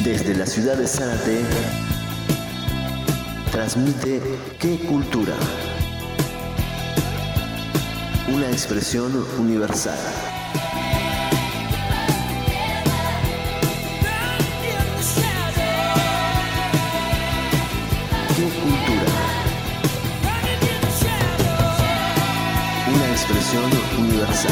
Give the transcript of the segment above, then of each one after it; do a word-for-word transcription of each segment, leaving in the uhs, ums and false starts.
Desde la ciudad de Zárate, transmite ¿Qué cultura? Una expresión universal. ¿Qué cultura? Una expresión universal.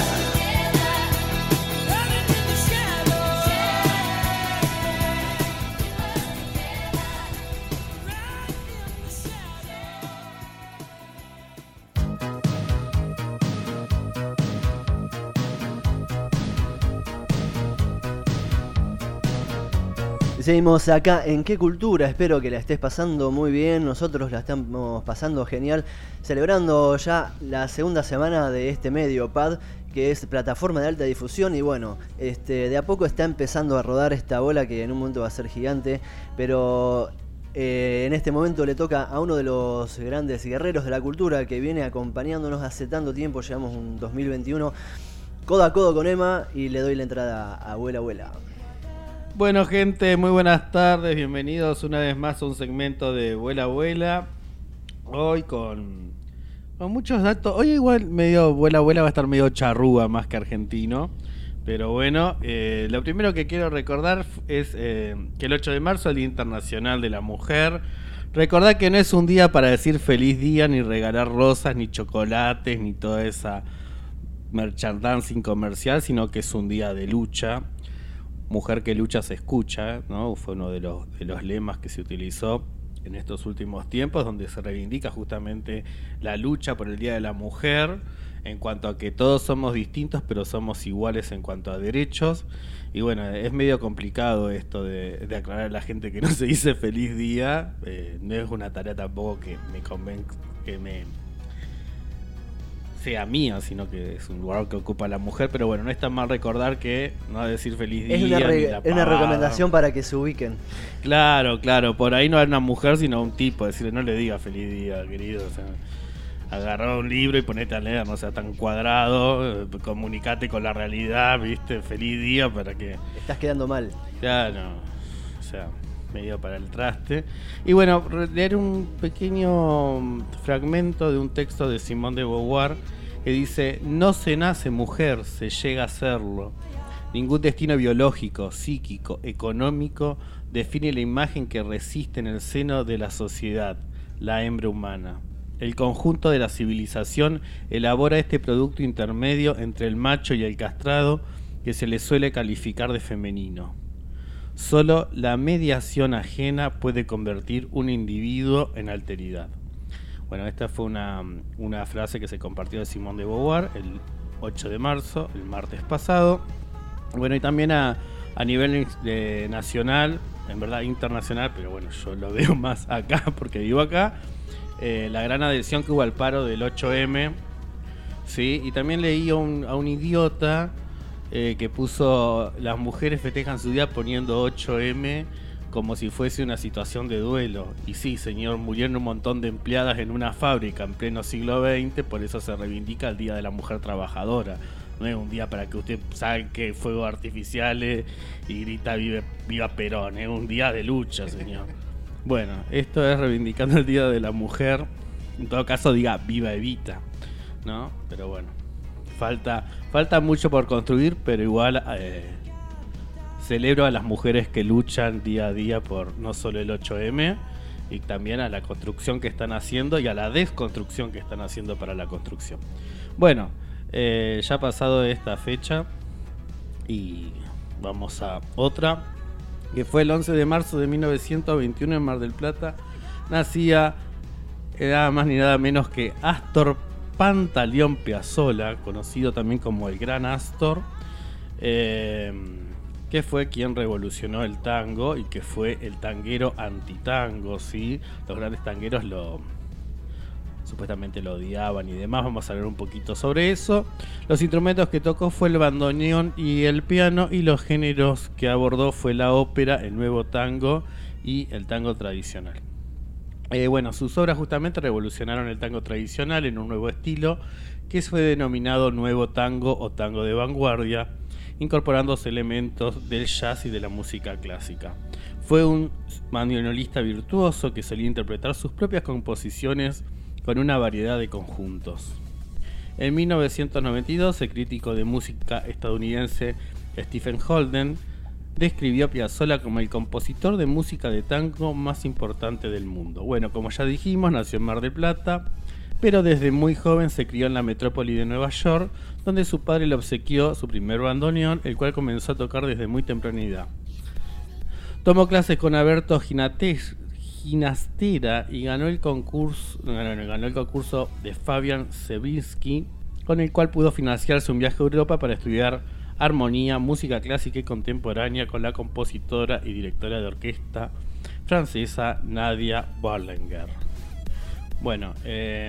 Seguimos acá en ¿Qué cultura? Espero que la estés pasando muy bien. Nosotros la estamos pasando genial, celebrando ya la segunda semana de este medio P A D, que es plataforma de alta difusión. Y bueno, este, de a poco está empezando a rodar esta bola que en un momento va a ser gigante. Pero eh, en este momento le toca a uno de los grandes guerreros de la cultura que viene acompañándonos hace tanto tiempo. Llevamos un dos mil veintiuno codo a codo con Emma y le doy la entrada a Abuela Abuela. Bueno, gente, muy buenas tardes, bienvenidos una vez más a un segmento de Abuela Abuela. Hoy con, con muchos datos. Hoy igual medio Abuela Abuela va a estar medio charrúa más que argentino. Pero bueno, eh, lo primero que quiero recordar es eh, que el ocho de marzo es el Día Internacional de la Mujer. Recordad que no es un día para decir feliz día, ni regalar rosas, ni chocolates, ni toda esa merchandising comercial, sino que es un día de lucha. Mujer que lucha se escucha, ¿no? Fue uno de los, de los lemas que se utilizó en estos últimos tiempos, donde se reivindica justamente la lucha por el Día de la Mujer, en cuanto a que todos somos distintos, pero somos iguales en cuanto a derechos. Y bueno, es medio complicado esto de, de aclarar a la gente que no se dice feliz día. Eh, no es una tarea tampoco que me convenga, que me sea mía, sino que es un lugar que ocupa la mujer. Pero bueno, no está mal recordar que no decir feliz día. Es una, re- ni la es una recomendación para que se ubiquen. Claro, claro, por ahí no hay una mujer, sino un tipo, decirle no le diga feliz día, querido. O sea, agarrar un libro y ponete a leer, no sea tan cuadrado, eh, comunicate con la realidad, viste, feliz día para que... Estás quedando mal. Claro, o sea, medio para el traste. Y bueno, leer un pequeño fragmento de un texto de Simone de Beauvoir que dice: no se nace mujer, se llega a serlo. Ningún destino biológico, psíquico, económico define la imagen que resiste en el seno de la sociedad, la hembra humana. El conjunto de la civilización elabora este producto intermedio entre el macho y el castrado que se le suele calificar de femenino. Solo la mediación ajena puede convertir un individuo en alteridad. Bueno, esta fue una, una frase que se compartió de Simone de Beauvoir el ocho de marzo, el martes pasado. Bueno, y también a, a nivel de nacional, en verdad internacional, pero bueno, yo lo veo más acá porque vivo acá. Eh, la gran adhesión que hubo al paro del ocho eme, ¿sí? Y también leí a un, a un idiota eh, que puso: las mujeres festejan su día poniendo ocho eme como si fuese una situación de duelo. Y sí, señor, murieron un montón de empleadas en una fábrica en pleno siglo veinte, por eso se reivindica el Día de la Mujer Trabajadora. No es un día para que usted saque fuegos artificiales y grita vive, viva Perón, es un día de lucha, señor. Bueno, esto es reivindicando el Día de la Mujer. En todo caso diga viva Evita, ¿no? Pero bueno, falta, falta mucho por construir, pero igual eh, celebro a las mujeres que luchan día a día por no solo el ocho eme, y también a la construcción que están haciendo y a la desconstrucción que están haciendo para la construcción. Bueno, eh, ya ha pasado esta fecha y vamos a otra, que fue el once de marzo de mil novecientos veintiuno en Mar del Plata. Nacía nada más ni nada menos que Astor Pantaleón Piazzolla, conocido también como el Gran Astor, eh, que fue quien revolucionó el tango y que fue el tanguero antitango, ¿sí? Los grandes tangueros lo supuestamente lo odiaban y demás. Vamos a hablar un poquito sobre eso. Los instrumentos que tocó fue el bandoneón y el piano, y los géneros que abordó fue la ópera, el nuevo tango y el tango tradicional. Eh, bueno, sus obras justamente revolucionaron el tango tradicional en un nuevo estilo que fue denominado nuevo tango o tango de vanguardia, incorporando elementos del jazz y de la música clásica. Fue un bandoneonista virtuoso que solía interpretar sus propias composiciones con una variedad de conjuntos. En mil novecientos noventa y dos, el crítico de música estadounidense Stephen Holden describió a Piazzolla como el compositor de música de tango más importante del mundo. Bueno, como ya dijimos, nació en Mar del Plata, pero desde muy joven se crió en la metrópoli de Nueva York, donde su padre le obsequió su primer bandoneón, el cual comenzó a tocar desde muy temprana edad. Tomó clases con Alberto Ginastera y ganó el concurso, ganó el concurso de Fabian Sevinsky, con el cual pudo financiarse un viaje a Europa para estudiar armonía, música clásica y contemporánea con la compositora y directora de orquesta francesa Nadia Boulanger. Bueno, eh,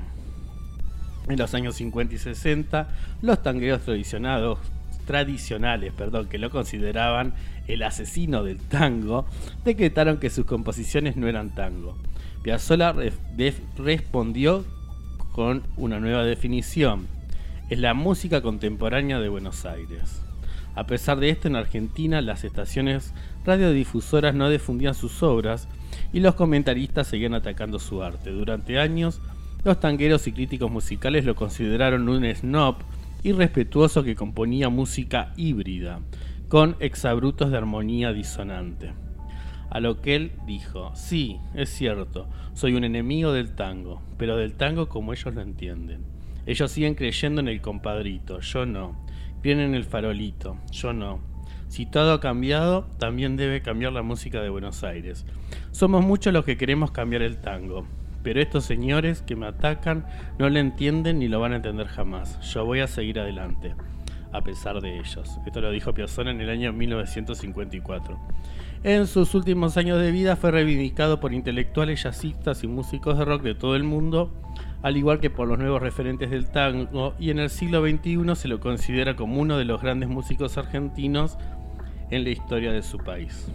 en los años cincuenta y sesenta, los tangueros tradicionados, tradicionales, perdón, que lo consideraban el asesino del tango, decretaron que sus composiciones no eran tango. Piazzolla re- def- respondió con una nueva definición: es la música contemporánea de Buenos Aires. A pesar de esto, en Argentina las estaciones radiodifusoras no difundían sus obras y los comentaristas seguían atacando su arte. Durante años, los tangueros y críticos musicales lo consideraron un snob irrespetuoso que componía música híbrida, con exabruptos de armonía disonante. A lo que él dijo: sí, es cierto, soy un enemigo del tango, pero del tango como ellos lo entienden. Ellos siguen creyendo en el compadrito, yo no. Creen en el farolito, yo no. Si todo ha cambiado, también debe cambiar la música de Buenos Aires. Somos muchos los que queremos cambiar el tango, pero estos señores que me atacan no lo entienden ni lo van a entender jamás. Yo voy a seguir adelante, a pesar de ellos. Esto lo dijo Piazzolla en el año mil novecientos cincuenta y cuatro. En sus últimos años de vida fue reivindicado por intelectuales, jazzistas y músicos de rock de todo el mundo, al igual que por los nuevos referentes del tango, y en el siglo veintiuno se lo considera como uno de los grandes músicos argentinos en la historia de su país.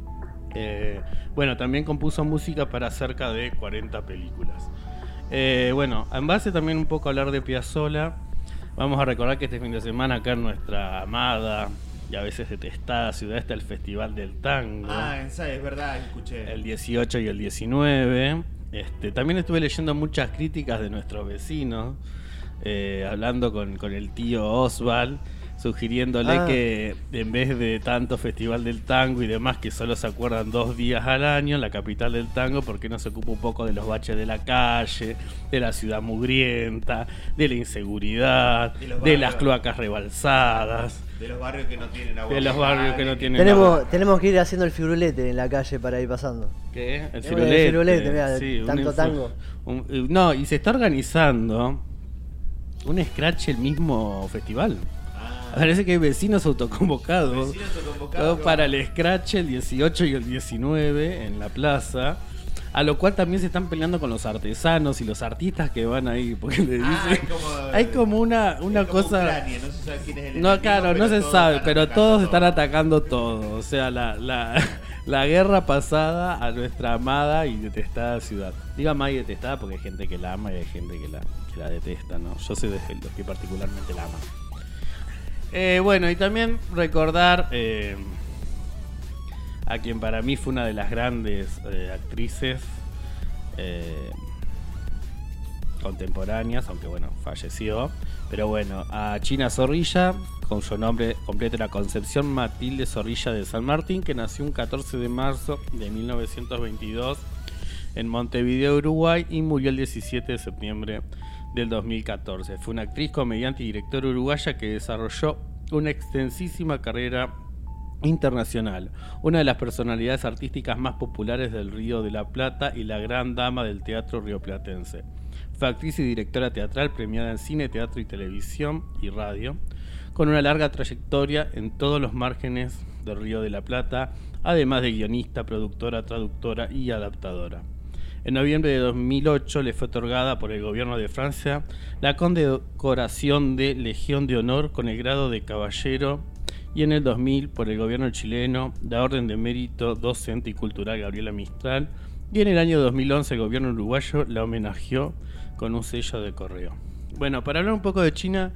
Eh, bueno, también compuso música para cerca de cuarenta películas. Eh, bueno, en base también un poco a hablar de Piazzolla, vamos a recordar que este fin de semana acá en nuestra amada y a veces detestada ciudad está el Festival del Tango. Ah, es verdad, escuché. El dieciocho y el diecinueve. Este, también estuve leyendo muchas críticas de nuestros vecinos, eh, hablando con, con el tío Osval, sugiriéndole ah. que en vez de tanto Festival del Tango y demás, que solo se acuerdan dos días al año en la capital del tango, ¿por qué no se ocupa un poco de los baches de la calle, de la ciudad mugrienta, de la inseguridad, de, de las cloacas rebalsadas? De los barrios que no tienen agua. De los barrios que no tienen tenemos, agua. Tenemos que ir haciendo el firulete en la calle para ir pasando. ¿Qué? El firulete. El firulete, mirá, sí, tanto un, tango. Un, no, y se está organizando un scratch el mismo festival. Ah. Parece que hay vecinos autoconvocados. Vecinos autoconvocados para el scratch el dieciocho y el diecinueve en la plaza. A lo cual también se están peleando con los artesanos y los artistas que van ahí, porque le dicen, ah, como, hay como una, una como cosa Ucrania, no se sabe quién es el no enemigo, claro no se sabe, pero todos están atacando todo, o sea la, la, la guerra pasada a nuestra amada y detestada ciudad. Digo amada y detestada porque hay gente que la ama y hay gente que la, que la detesta, ¿no? Yo soy de los que particularmente la aman. Eh, bueno, y también recordar eh, a quien para mí fue una de las grandes eh, actrices eh, contemporáneas, aunque bueno, falleció, pero bueno, a China Zorrilla, con su nombre completo era Concepción Matilde Zorrilla de San Martín, que nació un catorce de marzo de mil novecientos veintidós en Montevideo, Uruguay, y murió el diecisiete de septiembre del dos mil catorce. Fue una actriz, comediante y directora uruguaya que desarrolló una extensísima carrera internacional, una de las personalidades artísticas más populares del Río de la Plata y la gran dama del teatro rioplatense. Fue actriz y directora teatral premiada en cine, teatro y televisión y radio, con una larga trayectoria en todos los márgenes del Río de la Plata, además de guionista, productora, traductora y adaptadora. En noviembre de dos mil ocho le fue otorgada por el gobierno de Francia la condecoración de Legión de Honor con el grado de caballero, y en el dos mil por el gobierno chileno la Orden de Mérito Docente y Cultural Gabriela Mistral, y en el año dos mil once el gobierno uruguayo la homenajeó con un sello de correo. Bueno, para hablar un poco de China,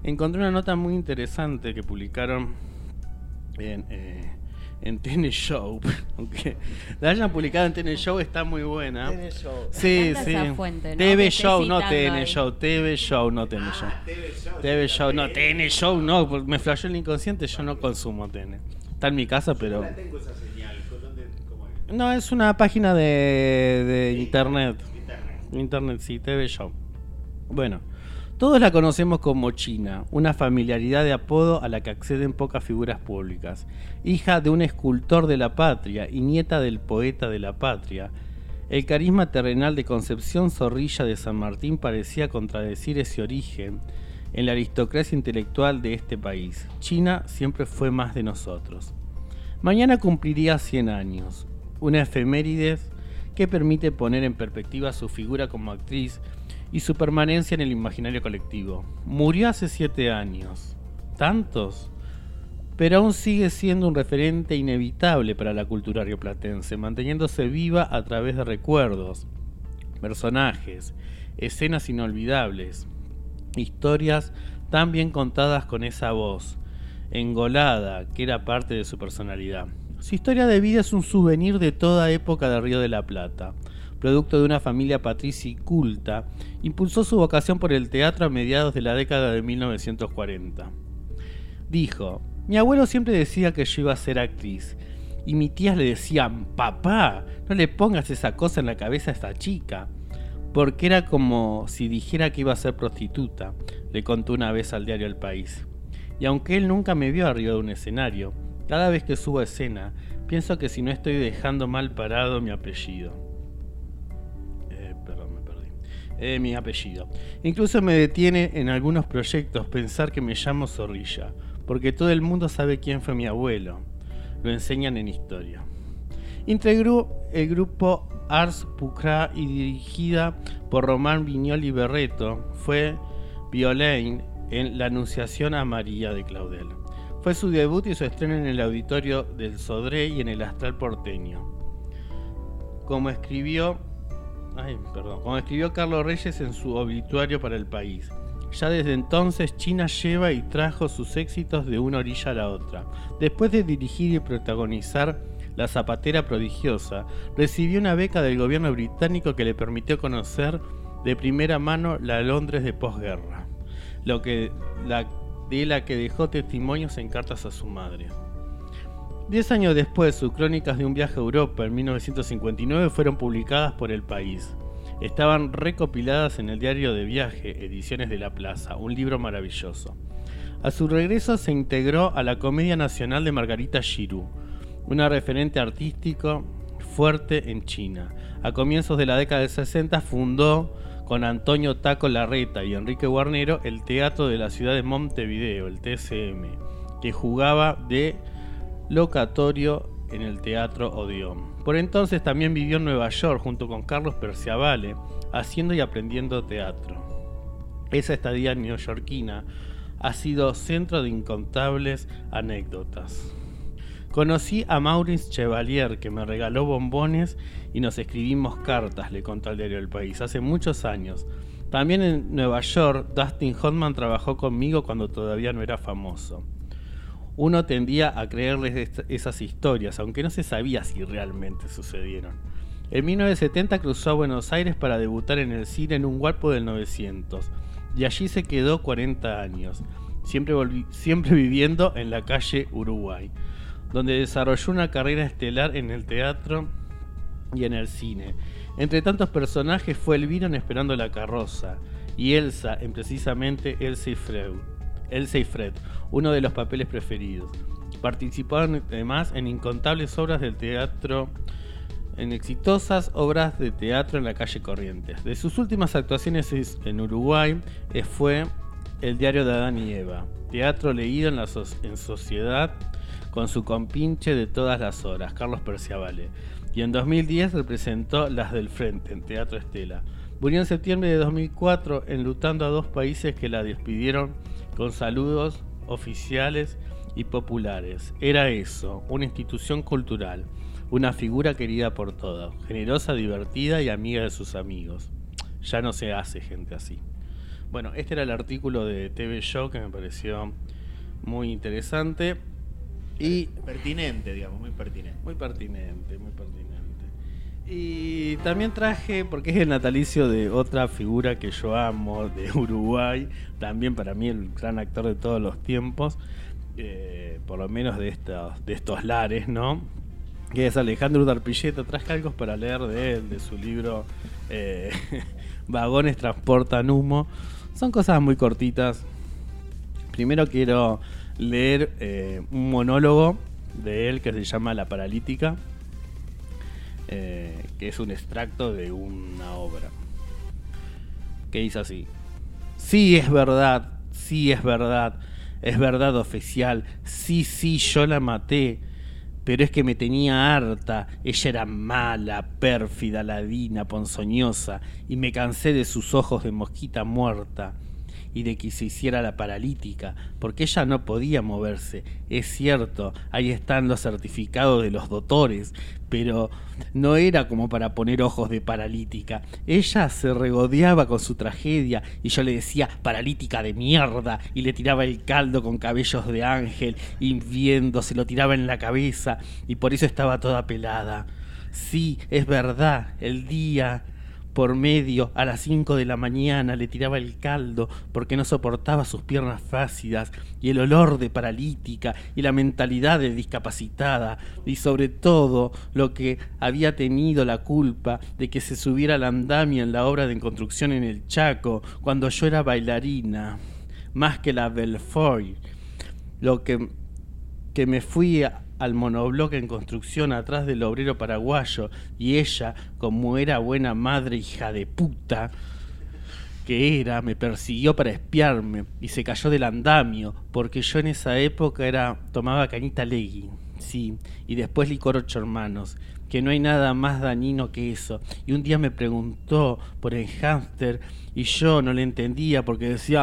encontré una nota muy interesante que publicaron en, eh, en T N Show. Aunque la hayan publicado en T N Show, está muy buena. T N Show. Sí, Me sí. encanta esa fuente, ¿no? T V Que Show, esté no citando T N ahí. Show. T V Show, no T N Show. T V Show. T V Show, no, T N Show, no. porque Me flashó el inconsciente, yo no consumo T N. Está en mi casa, pero... No tengo esa señal. ¿Dónde, cómo es? No, es una página de, de internet. Internet. Internet, sí, T V Show. Bueno, todos la conocemos como China, una familiaridad de apodo a la que acceden pocas figuras públicas. Hija de un escultor de la patria y nieta del poeta de la patria, el carisma terrenal de Concepción Zorrilla de San Martín parecía contradecir ese origen en la aristocracia intelectual de este país. China siempre fue más de nosotros. Mañana cumpliría cien años, una efemérides que permite poner en perspectiva su figura como actriz y su permanencia en el imaginario colectivo. Murió hace siete años. ¿Tantos? Pero aún sigue siendo un referente inevitable para la cultura rioplatense, manteniéndose viva a través de recuerdos, personajes, escenas inolvidables, historias tan bien contadas con esa voz engolada que era parte de su personalidad. Su historia de vida es un souvenir de toda época de Río de la Plata. Producto de una familia patricia y culta, impulsó su vocación por el teatro a mediados de la década de mil novecientos cuarenta. Dijo: mi abuelo siempre decía que yo iba a ser actriz, y mis tías le decían: papá, no le pongas esa cosa en la cabeza a esta chica, porque era como si dijera que iba a ser prostituta, le contó una vez al diario El País. Y aunque él nunca me vio arriba de un escenario, cada vez que subo a escena, pienso que si no estoy dejando mal parado mi apellido. Eh, mi apellido. Incluso me detiene en algunos proyectos pensar que me llamo Zorrilla, porque todo el mundo sabe quién fue mi abuelo. Lo enseñan en historia. Integró el grupo Ars Pucra y dirigida por Román Viñoli Berreto, fue Violain en La Anunciación a María de Claudel. Fue su debut y su estreno en el Auditorio del Sodré y en el Astral Porteño. Como escribió Ay, perdón. Como escribió Carlos Reyes en su obituario para El País, ya desde entonces China lleva y trajo sus éxitos de una orilla a la otra. Después de dirigir y protagonizar La Zapatera Prodigiosa, recibió una beca del gobierno británico que le permitió conocer de primera mano la Londres de posguerra, lo que, la, de la que dejó testimonios en cartas a su madre. Diez años después, sus crónicas de un viaje a Europa en mil novecientos cincuenta y nueve fueron publicadas por El País. Estaban recopiladas en el diario de viaje, Ediciones de la Plaza, un libro maravilloso. A su regreso se integró a la Comedia Nacional de Margarita Xirú, una referente artístico fuerte en China. A comienzos de la década del sesenta fundó con Antonio Taco Larreta y Enrique Guarnero el Teatro de la Ciudad de Montevideo, el T C M, que jugaba de locatorio en el Teatro Odeón. Por entonces también vivió en Nueva York junto con Carlos Perciavale, haciendo y aprendiendo teatro. Esa estadía neoyorquina ha sido centro de incontables anécdotas. Conocí a Maurice Chevalier, que me regaló bombones y nos escribimos cartas, le contó al diario El País, hace muchos años. También en Nueva York, Dustin Hoffman trabajó conmigo cuando todavía no era famoso. Uno tendía a creerles esas historias, aunque no se sabía si realmente sucedieron. En mil novecientos setenta cruzó a Buenos Aires para debutar en el cine en Un Guapo del novecientos, y allí se quedó cuarenta años, siempre, volvi- siempre viviendo en la calle Uruguay, donde desarrolló una carrera estelar en el teatro y en el cine. Entre tantos personajes fue Elvira en Esperando la Carroza, y Elsa en precisamente Elsa y Freud. Elsa y Fred, uno de los papeles preferidos. Participaron además en incontables obras del teatro, en exitosas obras de teatro en la calle Corrientes. De sus últimas actuaciones en Uruguay fue El Diario de Adán y Eva, teatro leído en, la so- en sociedad con su compinche de todas las horas, Carlos Perciavale. Y en dos mil diez representó Las del Frente en Teatro Estela. Murió en septiembre de dos mil cuatro enlutando a dos países que la despidieron con saludos oficiales y populares. Era eso, una institución cultural, una figura querida por todos, generosa, divertida y amiga de sus amigos. Ya no se hace gente así. Bueno, este era el artículo de T V Show que me pareció muy interesante y pertinente, digamos, muy pertinente. Muy pertinente, muy pertinente. Y también traje, porque es el natalicio de otra figura que yo amo de Uruguay, también para mí el gran actor de todos los tiempos, eh, por lo menos de estos, de estos lares, ¿no? Que es Alejandro Darpilleta. Traje algo para leer de él, de su libro eh, Vagones transportan humo. Son cosas muy cortitas. Primero quiero leer eh, un monólogo de él que se llama La Paralítica, eh, que es un extracto de una obra que dice así: sí, es verdad, sí, es verdad, es verdad oficial, sí, sí, yo la maté, pero es que me tenía harta, ella era mala, pérfida, ladina, ponzoñosa, y me cansé de sus ojos de mosquita muerta y de que se hiciera la paralítica, porque ella no podía moverse. Es cierto, ahí están los certificados de los doctores, pero no era como para poner ojos de paralítica. Ella se regodeaba con su tragedia y yo le decía paralítica de mierda y le tiraba el caldo con cabellos de ángel y viendo se lo tiraba en la cabeza y por eso estaba toda pelada. Sí, es verdad, el día por medio a las cinco de la mañana le tiraba el caldo porque no soportaba sus piernas flácidas y el olor de paralítica y la mentalidad de discapacitada, y sobre todo lo que había tenido la culpa de que se subiera al andamio en la obra de construcción en el Chaco cuando yo era bailarina, más que la Belfort, lo que, que me fui a al monobloque en construcción atrás del obrero paraguayo, y ella, como era buena madre hija de puta que era, me persiguió para espiarme y se cayó del andamio, porque yo en esa época era tomaba cañita Legui, sí, y después licor ocho hermanos, que no hay nada más dañino que eso. Y un día me preguntó por el hámster y yo no le entendía porque decía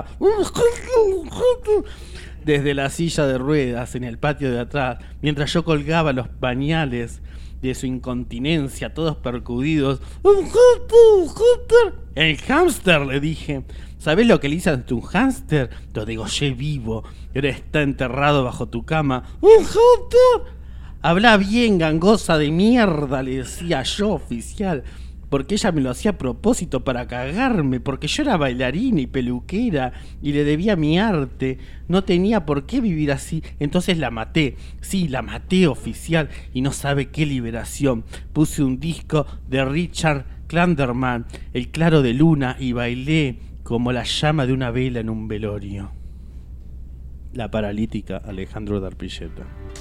desde la silla de ruedas en el patio de atrás, mientras yo colgaba los pañales de su incontinencia, todos percudidos. ¡Un hámster! ¡El hámster!, le dije. ¿Sabés lo que le hice ante un hámster? Lo degollé vivo y ahora está enterrado bajo tu cama. ¡Un hámster! Habla bien, gangosa de mierda, le decía yo, oficial, porque ella me lo hacía a propósito para cagarme, porque yo era bailarina y peluquera y le debía mi arte. No tenía por qué vivir así, entonces la maté. Sí, la maté, oficial, y no sabe qué liberación. Puse un disco de Richard Clanderman, El claro de luna, y bailé como la llama de una vela en un velorio. La paralítica, Alejandro Darpilleta.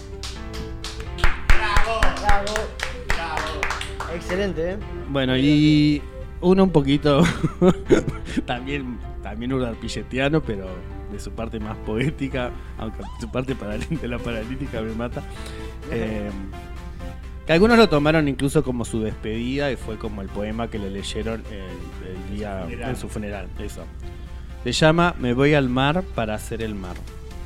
Bravo, bravo. Excelente, ¿eh? Bueno, y uno un poquito también también un darpilletiano, pero de su parte más poética, aunque su parte de la paralítica me mata. Eh, que algunos lo tomaron incluso como su despedida y fue como el poema que le leyeron el, el día funeral. En su funeral. Eso. Se llama Me voy al mar para hacer el mar.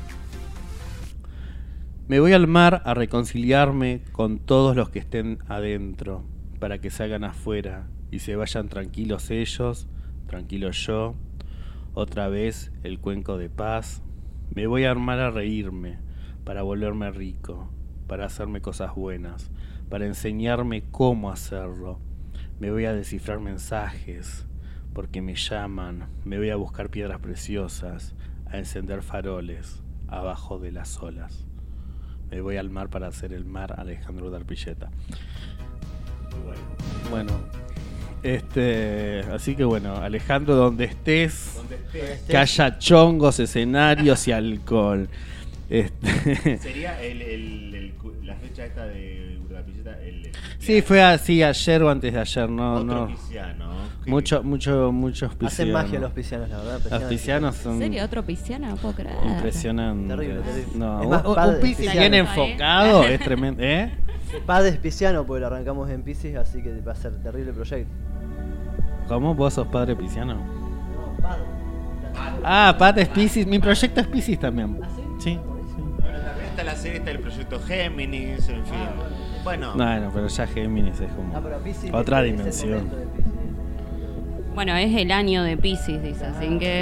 Me voy al mar a reconciliarme con todos los que estén adentro, para que salgan afuera y se vayan tranquilos ellos, tranquilo yo, otra vez el cuenco de paz. Me voy a armar a reírme, para volverme rico, para hacerme cosas buenas, para enseñarme cómo hacerlo. Me voy a descifrar mensajes, porque me llaman, me voy a buscar piedras preciosas, a encender faroles abajo de las olas. Me voy al mar para hacer el mar, Alejandro Darpilleta. Bueno, bueno, este, así que bueno, Alejandro, donde estés, donde estés, que haya chongos, escenarios y alcohol. Este. Sería el, el, el, la fecha esta de Darpilleta. El, el, sí, fue así ayer o antes de ayer, no, otro no. Pisciano, ¿qué? Mucho, mucho, muchos piscianos. Hacen magia los piscianos, la verdad. Los piscianos son. ¿En serio? ¿Otro pisciano? No puedo creer. Impresionante. Terrible, terrible. No, Es más, un, padre un piscis pisciano. bien enfocado es tremendo, ¿eh? Padre es pisciano porque lo arrancamos en Piscis, así que va a ser terrible proyecto. ¿Cómo? ¿Vos sos padre pisciano? No, padre. Ah, padre es Piscis. Mi proyecto es Piscis también. ¿Ah, sí? Sí. Bueno, también está la serie, está el proyecto Géminis, en fin. Ah, bueno. Bueno, pero ya Géminis es como No, pero Piscis otra es el dimensión. momento de Piscis. Bueno, es el año de Piscis, dice, así que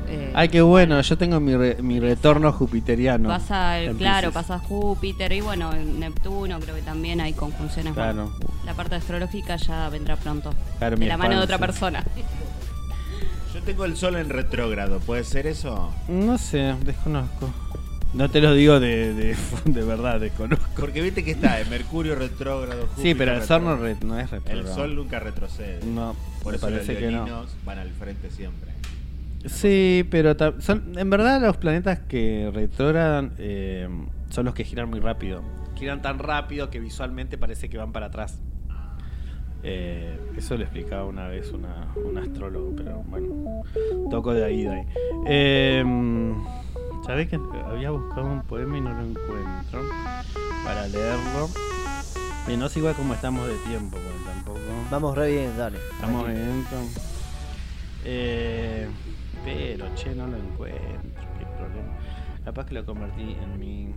Eh, Ay, qué bueno, yo tengo mi, re- mi retorno jupiteriano. Pasa, el, en claro, Piscis. pasa Júpiter y bueno, en Neptuno creo que también hay conjunciones. Claro. Bueno, la parte astrológica ya vendrá pronto. Claro, de mi la mano de espanto. otra persona. Yo tengo el sol en retrógrado, ¿puede ser eso? No sé, desconozco. No te lo digo de, de, de verdad, desconozco. Porque viste que está en Mercurio retrógrado, Júpiter Sí, pero el sol no, retrógrado. re- no es El retrógrado. sol nunca retrocede. No, Por me eso parece los que no. leoninos van al frente siempre. Sí, pero ta- son, en verdad los planetas que retrogradan eh, son los que giran muy rápido. Giran tan rápido que visualmente parece que van para atrás. Eh, eso lo explicaba una vez una, un astrólogo, pero bueno, toco de ahí, de ahí. Eh, ¿Sabés que había buscado un poema y no lo encuentro para leerlo? Y no sé igual cómo estamos de tiempo, porque tampoco... Vamos re bien, dale. Estamos tranquilo. en esto. Eh, pero, che, no lo encuentro. Qué problema. Capaz que lo convertí en mi.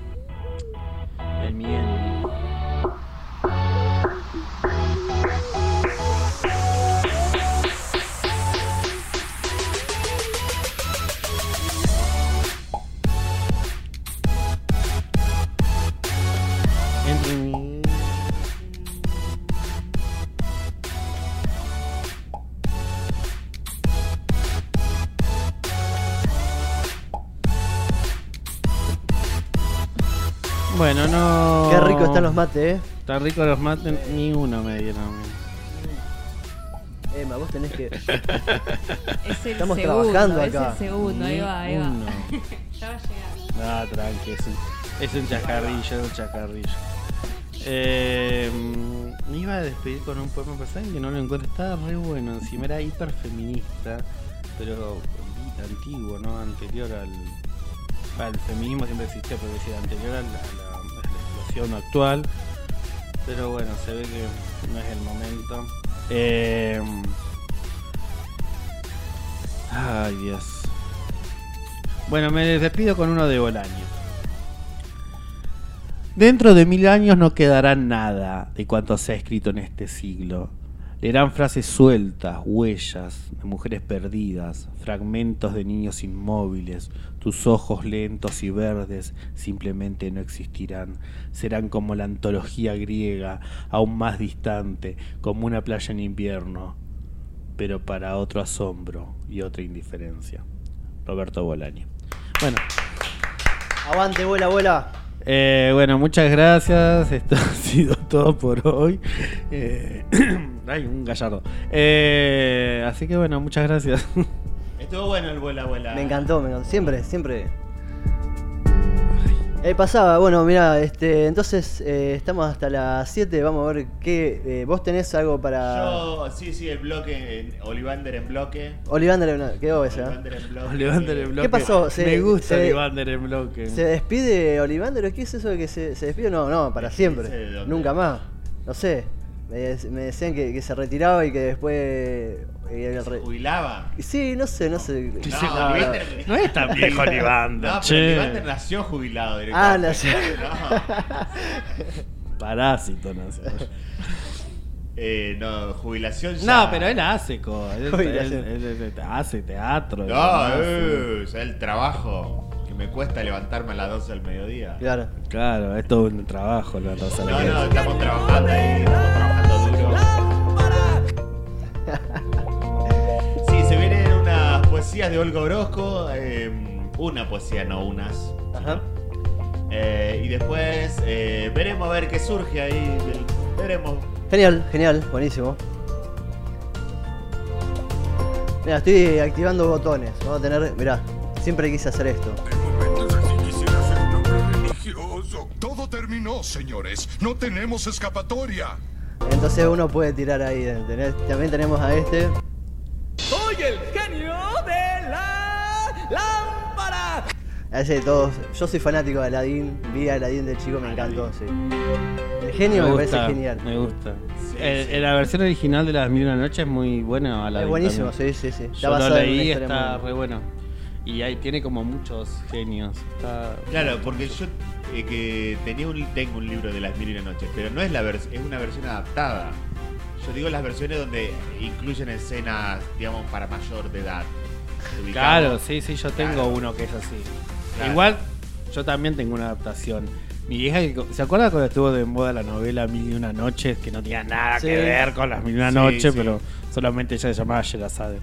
En mi enemy. Entre mi. Bueno, no. Qué rico están los mates, eh. Están ricos los mates, ni uno me dieron. Emma, vos tenés que. Es el Estamos segundo, trabajando es acá. el segundo, ahí va, ahí va. Uno. Ya va a llegar. Ah, tranqui, es un, es un chacarrillo, es un chacarrillo. Eh, mm, me iba a despedir con un poema personal que no lo encuentro. Estaba re bueno, encima era hiper feminista, pero antiguo, ¿no? Anterior al, al feminismo siempre existió, pero decir, anterior a la, a la- a la explosión actual. Pero bueno, se ve que no es el momento. Eh, ay, Dios. Bueno, me despido con uno de Bolaño. Dentro de mil años no quedará nada de cuanto se ha escrito en este siglo. Leerán frases sueltas, huellas de mujeres perdidas, fragmentos de niños inmóviles. Tus ojos lentos y verdes simplemente no existirán. Serán como la antología griega, aún más distante, como una playa en invierno, pero para otro asombro y otra indiferencia. Roberto Bolaño. Bueno, Aguante, vuela, vuela. eh, bueno, muchas gracias. Esto ha sido todo por hoy. Eh, ay, un gallardo. Eh, así que bueno, muchas gracias. Estuvo bueno el vuela, vuela. Me encantó, me encantó. Siempre, siempre. Eh, pasaba, bueno, mira, este, entonces eh, estamos hasta las siete, vamos a ver qué. Eh, ¿Vos tenés algo para. Yo, sí, sí, el bloque, Olivander en bloque. Olivander, no, quedó esa. Olivander en bloque. Olivander en bloque. ¿Qué pasó? Se- Me gusta se- Olivander en bloque. ¿Se despide Olivander? ¿Qué es eso de que se, se despide? No, no, para ¿Despedirse siempre. de dónde? Nunca más. No sé. Me, me decían que, que se retiraba y que después. eh, el ¿Se re- jubilaba? Sí, no sé, no sé. Sí, No, sí, no, Olivander- No es tan viejo Olivander, No, pero che. Olivander nació jubilado Ah, directamente. nació. No. Parásito, no sé. Eh, no, jubilación ya. No, pero él hace cosas. Él, Jubilación. él- él- él hace teatro. y No, demás, eh, o sea, el trabajo que me cuesta levantarme a las doce del mediodía. Claro. sí. Claro, es todo un trabajo. La Rosa No, López. no, estamos trabajando ahí, estamos trabajando duro. Sí, se vienen unas poesías de Olga Orozco, eh, una poesía, no unas. Ajá. Eh, y después eh, veremos a ver qué surge ahí. del- veremos. Genial, genial, buenísimo. Mira, estoy activando botones. Vamos a tener. Mirá, siempre quise hacer esto. En momentos así quisiera ser un hombre religioso. Todo terminó, señores. No tenemos escapatoria. Entonces uno puede tirar ahí. ¿entendés? También tenemos a este. ¡Soy el genio de la lámpara! A ese de todos. Yo soy fanático de Aladdin. Vi a Aladdin de chico, me encantó, sí. El genio me, parece genial. Me gusta. Sí, El- sí. La versión original de las Mil y una Noches es muy buena. Es buenísimo, sí, sí, sí. Está Yo lo basado en una leí, historia está muy- re bueno. Y ahí tiene como muchos genios. Está... Claro, porque yo eh, que tenía un, tengo un libro de las mil y una noches, pero no es la vers- es una versión adaptada. Yo digo las versiones donde incluyen escenas, digamos, para mayor de edad. ubicamos. Claro, sí, sí, yo tengo Claro. uno que es así. Claro. Igual, yo también tengo una adaptación. Mi vieja, que- ¿se acuerda cuando estuvo de moda la novela Mil y una noches? Que no tenía nada Sí. que ver con las Mil y una Sí, noches, sí. pero solamente ella se llamaba Sherazade.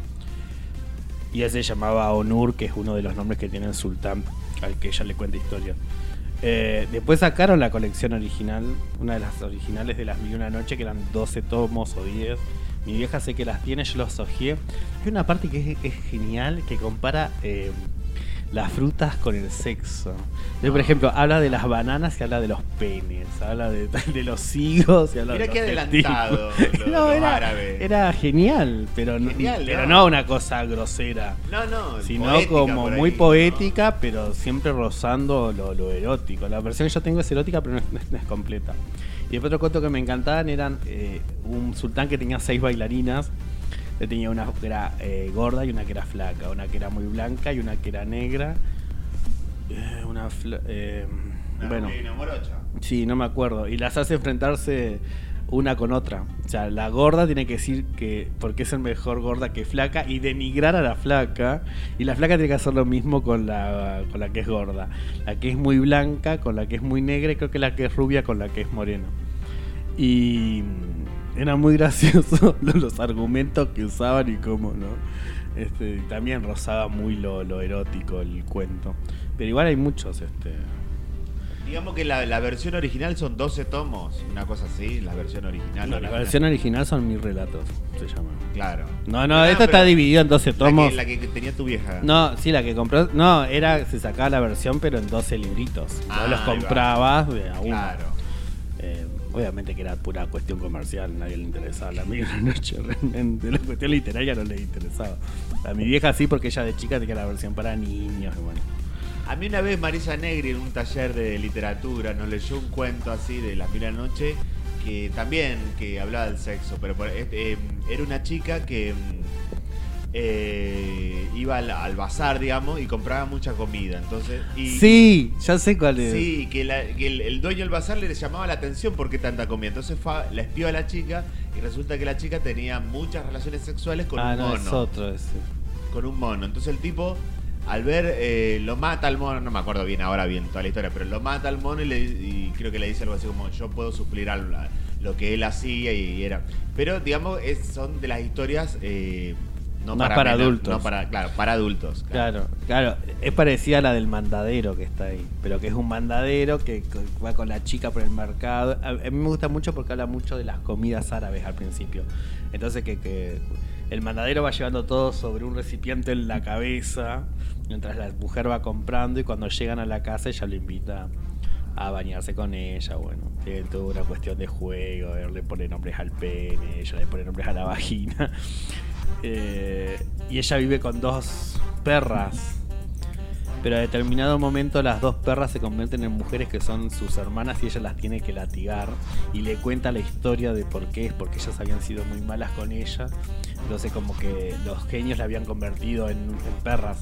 Y ese se llamaba Onur, que es uno de los nombres que tiene el sultán, al que ella le cuenta historias. Eh, después sacaron la colección original, una de las originales de las Mil y una noches, que eran doce tomos o diez. Mi vieja sé que las tiene, yo los hojeé. Hay una parte que es, es genial, que compara eh, las frutas con el sexo. Entonces, por ejemplo, habla de las bananas y habla de los penes, habla de, de los higos y habla Mirá de qué los adelantado testículos. los- No, los era, árabes. era genial, pero, no- Genial, pero ¿no? no una cosa grosera, No, no. sino poética como por muy ahí, poética, pero siempre rozando lo, lo erótico. La versión que yo tengo es erótica, pero no es, no es- no es completa. Y después otro cuento que me encantaban eran eh, un sultán que tenía seis bailarinas. Yo tenía una que era eh, gorda y una que era flaca, una que era muy blanca y una que era negra. Eh, una fla- eh, ¿no? bueno, Una- una morocha. sí, no me acuerdo. Y las hace enfrentarse una con otra. O sea, la gorda tiene que decir que porque es el mejor gorda que flaca y denigrar a la flaca. Y la flaca tiene que hacer lo mismo con la, con la que es gorda. La que es muy blanca con la que es muy negra y creo que la que es rubia con la que es morena. Y era muy gracioso los, los argumentos que usaban y cómo, ¿no? Este, también rozaba muy lo, lo erótico el cuento. Pero igual hay muchos, este... Digamos que la, la versión original son doce tomos, una cosa así, la versión original. No, la versión original son mis relatos, se llama. Claro. No, no, Ah, esto pero está dividido en doce La tomos. que, la que tenía tu vieja. No, sí, la que compró. No, era, se sacaba la versión, pero en doce libritos. Ah, no los ahí va. comprabas de a uno. Claro. Eh, obviamente que era pura cuestión comercial, nadie le interesaba. La mía una noche realmente. La cuestión literaria no le interesaba. A mi vieja sí, porque ella de chica tenía la versión para niños. Y bueno. A mí una vez Marisa Negri en un taller de literatura nos leyó un cuento así de las mil y una noche que también que hablaba del sexo, pero por- este, eh, era una chica que mm, eh, iba al, al bazar, digamos, y compraba mucha comida. Entonces, y, Sí, ya sé cuál es. Sí, que, la- que el, el dueño del bazar le llamaba la atención por qué tanta comida. Entonces fue, a- la espió a la chica y resulta que la chica tenía muchas relaciones sexuales con ah, un no, mono. es otro ese. Con un mono. Entonces el tipo, al ver, eh, lo mata al mono, no me acuerdo bien ahora bien toda la historia, pero lo mata al mono y, le- y creo que le dice algo así como yo puedo suplir al- a lo que él hacía y era. Pero digamos, es- son de las historias eh, no, No para, para menor- adultos. No para, claro, para adultos. Claro, claro, es parecida a la del mandadero que está ahí, pero que es un mandadero que co- va con la chica por el mercado. A, a mí me gusta mucho porque habla mucho de las comidas árabes al principio. Entonces que, que el mandadero va llevando todo sobre un recipiente en la cabeza, mientras la mujer va comprando y cuando llegan a la casa ella lo invita a bañarse con ella. Bueno, tiene toda una cuestión de juego, él le pone nombres al pene, ella le pone nombres a la vagina. Eh, y ella vive con dos perras, pero a determinado momento las dos perras se convierten en mujeres que son sus hermanas y ella las tiene que latigar y le cuenta la historia de por qué es, porque ellas habían sido muy malas con ella, entonces como que los genios la habían convertido en, en perras.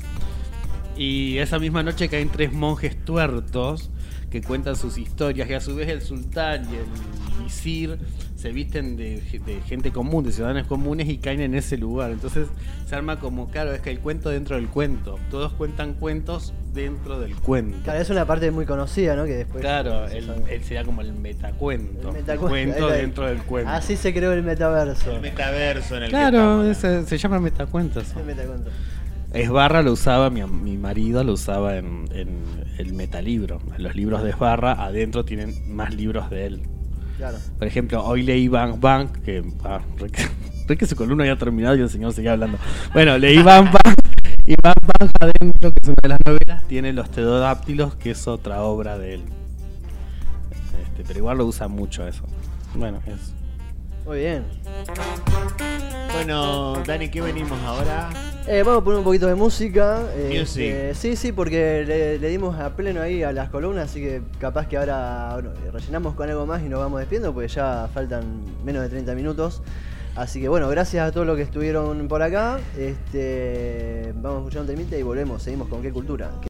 Y esa misma noche caen tres monjes tuertos que cuentan sus historias y a su vez el sultán y el visir se visten de, de gente común, de ciudadanos comunes y caen en ese lugar. Entonces se arma como, claro, es que el cuento dentro del cuento. Todos cuentan cuentos dentro del cuento. Claro, es una parte muy conocida, ¿no? Que después. Claro, se él, sabe. él sería como el metacuento. El El metacuento, cuento ahí va. dentro del cuento. Así se creó el metaverso. El metaverso en el Claro, que ese- se llama metacuento eso. El metacuento. Esbarra lo usaba, mi, mi marido lo usaba en, en el metalibro. En los libros de Esbarra, adentro tienen más libros de él. Claro. Por ejemplo, hoy leí Bang Bang, que ah, re que- re que su columna había terminado y el señor seguía hablando. Bueno, leí Bang Bang y Bang Bang adentro, que es una de las novelas, tiene Los Pterodáctilos, que es otra obra de él. Este, pero igual lo usa mucho eso. Bueno, eso. Muy bien. Bueno, Dani, ¿qué venimos ahora? Eh, vamos a poner un poquito de música. eh, Music. eh, sí, sí, porque le, le dimos a pleno ahí a las columnas, así que capaz que ahora bueno, rellenamos con algo más y nos vamos despidiendo, porque ya faltan menos de treinta minutos. Así que bueno, gracias a todos los que estuvieron por acá. Este, vamos a escuchar un temita y volvemos. Seguimos con Qué Cultura.